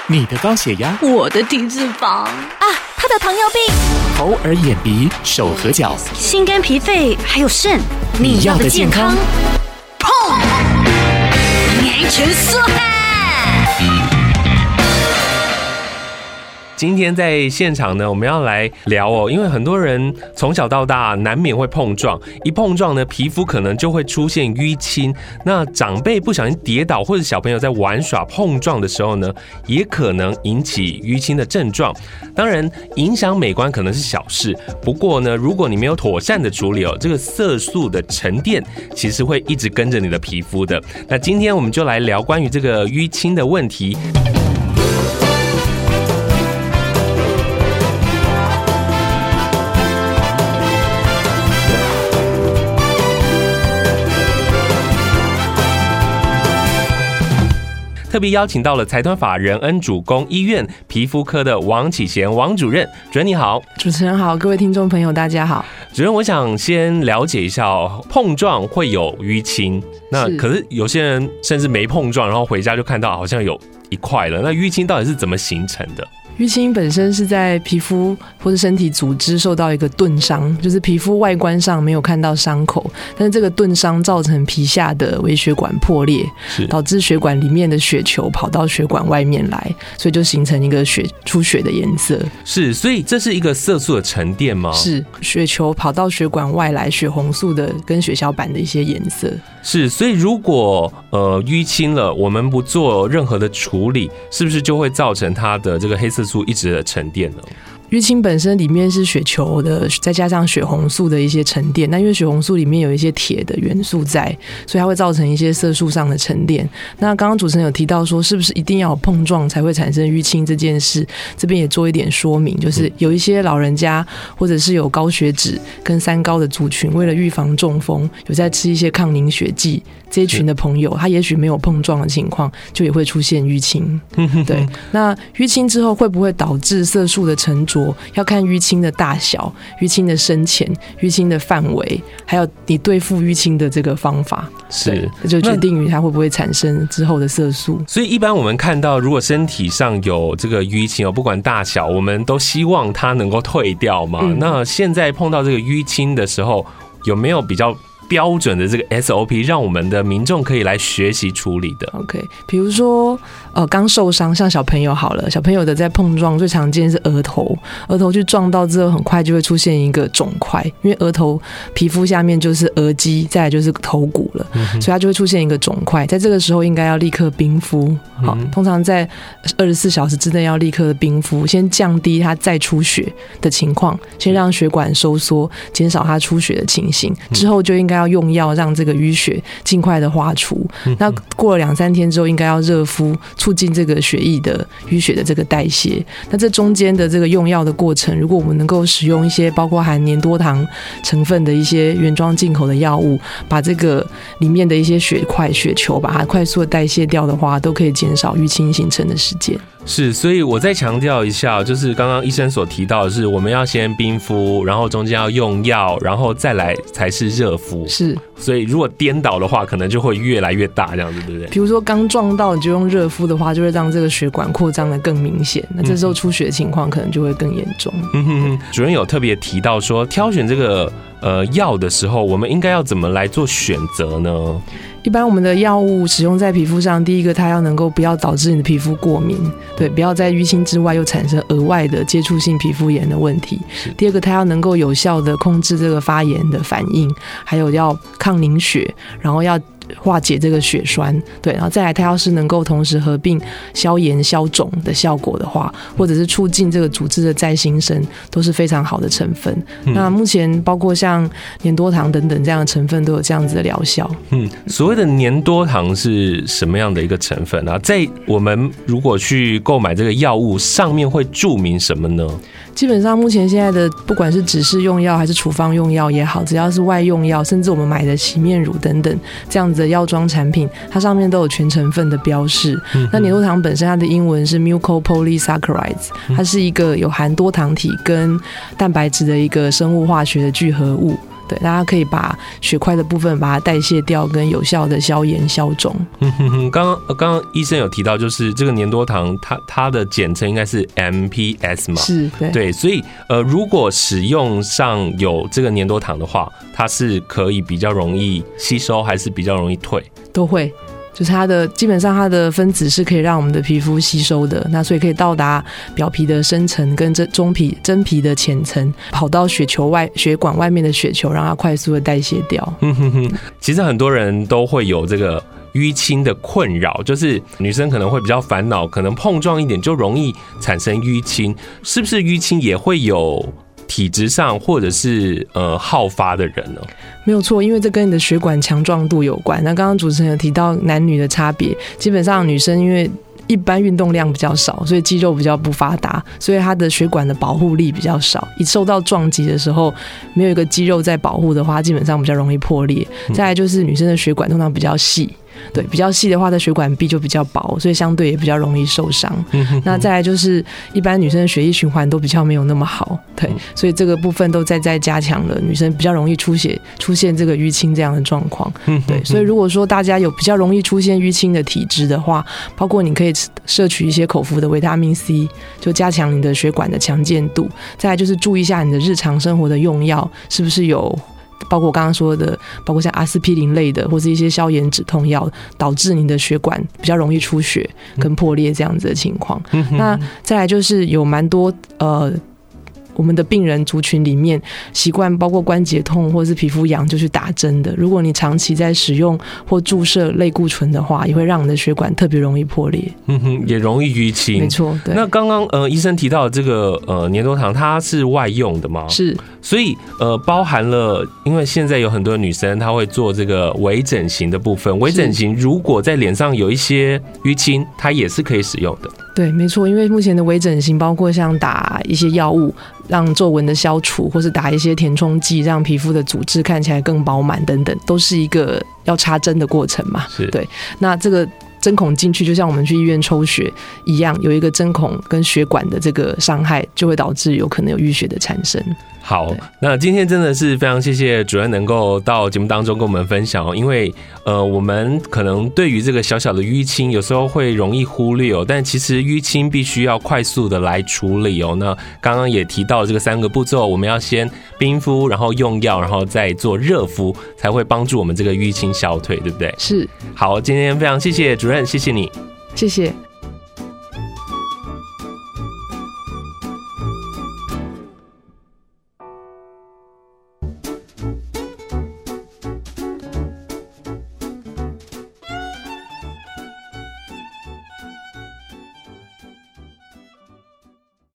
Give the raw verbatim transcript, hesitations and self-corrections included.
你的高血压， 我的低脂肪啊， 他的糖尿病， 头耳眼鼻手和脚， 心肝脾肺还有肾， 你要的健康， 砰！年全说汉。 今天在现场呢，我们要来聊哦，因为很多人从小到大难免会碰撞，一碰撞呢，皮肤可能就会出现淤青。那长辈不小心跌倒，或者小朋友在玩耍碰撞的时候呢，也可能引起淤青的症状。当然，影响美观可能是小事，不过呢，如果你没有妥善的处理哦，这个色素的沉淀其实会一直跟着你的皮肤的。那今天我们就来聊关于这个淤青的问题。特别邀请到了财团法人恩主公医院皮肤科的王启贤王主任，主任你好。 主持人好，各位听众朋友大家好。 主任，我想先了解一下哦，碰撞会有淤青，那可是有些人甚至没碰撞，然后回家就看到好像有一块了，那淤青到底是怎么形成的？ 淤青本身是在皮肤或是身体组织受到一个钝伤，就是皮肤外观上没有看到伤口，但是这个钝伤造成皮下的微血管破裂，导致血管里面的血球跑到血管外面来，所以就形成一个血出血的颜色。 是，所以这是一个色素的沉淀吗？ 是，血球跑到血管外来，血红素的跟血小板的一些颜色。 是，所以如果呃淤青了，我们不做任何的处理，是不是就会造成它的这个黑色素一直的沉淀呢？ 淤青本身里面是血球的，再加上血红素的一些沉淀，那因为血红素里面有一些铁的元素在，所以它会造成一些色素上的沉淀。那刚刚主持人有提到说，是不是一定要有碰撞才会产生淤青这件事，这边也做一点说明，就是有一些老人家或者是有高血脂跟三高的族群，为了预防中风，有在吃一些抗凝血剂，这一群的朋友，他也许没有碰撞的情况，就也会出现淤青。对，那淤青之后会不会导致色素的沉着？要看淤青的大小、淤青的深浅、淤青的范围，还有你对付淤青的这个方法， 是就决定于它会不会产生之后的色素。 所以一般我们看到，如果身体上有这个淤青哦，不管大小，我们都希望它能够退掉嘛。嗯、那现在碰到这个淤青的时候，有没有比较标准的这个 S O P， 让我们的民众可以来学习处理的 ？OK， 比如说，呃，刚受伤，像小朋友好了，小朋友的在碰撞最常见是额头，额头去撞到之后，很快就会出现一个肿块，因为额头皮肤下面就是额肌，再来就是头骨了，嗯、所以它就会出现一个肿块。在这个时候，应该要立刻冰敷，好，嗯、通常在二十四小时之内要立刻冰敷，先降低它再出血的情况，先让血管收缩，减少它出血的情形，之后就应该要用药让这个淤血尽快的化除。那过了两三天之后，应该要热敷，促进这个血液的淤血的这个代谢。那这中间的这个用药的过程，如果我们能够使用一些包括含粘多糖成分的一些原装进口的药物，把这个里面的一些血块、血球把它快速的代谢掉的话，都可以减少淤青形成的时间。 是，所以我再强调一下，就是刚刚医生所提到的是，我们要先冰敷，然后中间要用药，然后再来才是热敷。 是， 所以如果颠倒的话，可能就会越来越大，这样子，对不对？ 比如说刚撞到你就用热敷的话，就会让这个血管扩张的更明显，那这时候出血的情况可能就会更严重。 嗯哼哼，主任有特别提到说，挑选这个呃药的时候，我们应该要怎么来做选择呢？ 一般我们的药物使用在皮肤上，第一个它要能够不要导致你的皮肤过敏，对，不要在淤青之外又产生额外的接触性皮肤炎的问题。第二个，它要能够有效的控制这个发炎的反应，还有要抗凝血，然后要化解这个血栓，对，然后再来它要是能够同时合并消炎消肿的效果的话，或者是促进这个组织的再新生，都是非常好的成分。嗯、那目前包括像粘多糖等等这样的成分都有这样子的疗效。 嗯，所谓的粘多糖是什么样的一个成分啊？在我们如果去购买这个药物上面会注明什么呢？ 基本上目前现在的不管是指示用药还是处方用药也好，只要是外用药，甚至我们买的洗面乳等等这样子的药妆产品，它上面都有全成分的标示。嗯、那粘多糖本身它的英文是 mucopolysaccharides， 它是一个有含多糖体跟蛋白质的一个生物化学的聚合物。 对，大家可以把血块的部分把它代谢掉，跟有效的消炎消肿。 嗯哼哼，刚刚刚刚医生有提到，就是这个粘多糖，它它的简称应该是 M P S 嘛？ 是，对， 对，所以呃，如果使用上有这个粘多糖的话，它是可以比较容易吸收，还是比较容易退？ 都会。就是它的基本上它的分子是可以让我们的皮肤吸收的，那所以可以到达表皮的深层跟中皮真皮的浅层，跑到血球外血管外面的血球，让它快速的代谢掉。 嗯哼哼，其实很多人都会有这个淤青的困扰，就是女生可能会比较烦恼，可能碰撞一点就容易产生淤青，是不是淤青也会有体质上或者是呃好发的人呢？ 没有错，因为这跟你的血管强壮度有关。那刚刚主持人有提到男女的差别，基本上女生因为一般运动量比较少，所以肌肉比较不发达，所以她的血管的保护力比较少。一受到撞击的时候，没有一个肌肉在保护的话，基本上比较容易破裂。再来就是女生的血管通常比较细。对，比较细的话，它血管壁就比较薄，所以相对也比较容易受伤。那再来就是一般女生的血液循环都比较没有那么好，对，所以这个部分都在在加强了女生比较容易出血出现这个淤青这样的状况。对，所以如果说大家有比较容易出现淤青的体质的话，包括你可以摄取一些口服的维他命 C， 就加强你的血管的强健度。再来就是注意一下你的日常生活的用药是不是有。包括我刚刚说的，包括像阿司匹林类的，或是一些消炎止痛药，导致你的血管比较容易出血跟破裂这样子的情况。嗯、那再来就是有蛮多呃。我们的病人族群里面习惯包括关节痛或是皮肤痒就去打针的，如果你长期在使用或注射类固醇的话，也会让你的血管特别容易破裂。嗯哼，也容易淤青。 没错，对。 那刚刚呃医生提到的这个呃粘多糖，它是外用的吗？ 是。 所以呃包含了，因为现在有很多女生她会做这个微整形的部分，微整形如果在脸上有一些淤青，它也是可以使用的。 对，没错，因为目前的微整形包括像打一些药物让皱纹的消除，或是打一些填充剂让皮肤的组织看起来更饱满等等，都是一个要插针的过程嘛。对，那这个针孔进去就像我们去医院抽血一样，有一个针孔跟血管的这个伤害，就会导致有可能有淤血的产生。 好，那今天真的是非常谢谢主任能够到节目当中跟我们分享哦，因为呃我们可能对于这个小小的淤青有时候会容易忽略哦，但其实淤青必须要快速的来处理哦。那刚刚也提到这个三个步骤，我们要先冰敷，然后用药，然后再做热敷，才会帮助我们这个淤青消退，对不对？ 是。 好，今天非常谢谢主任，谢谢你， 谢谢。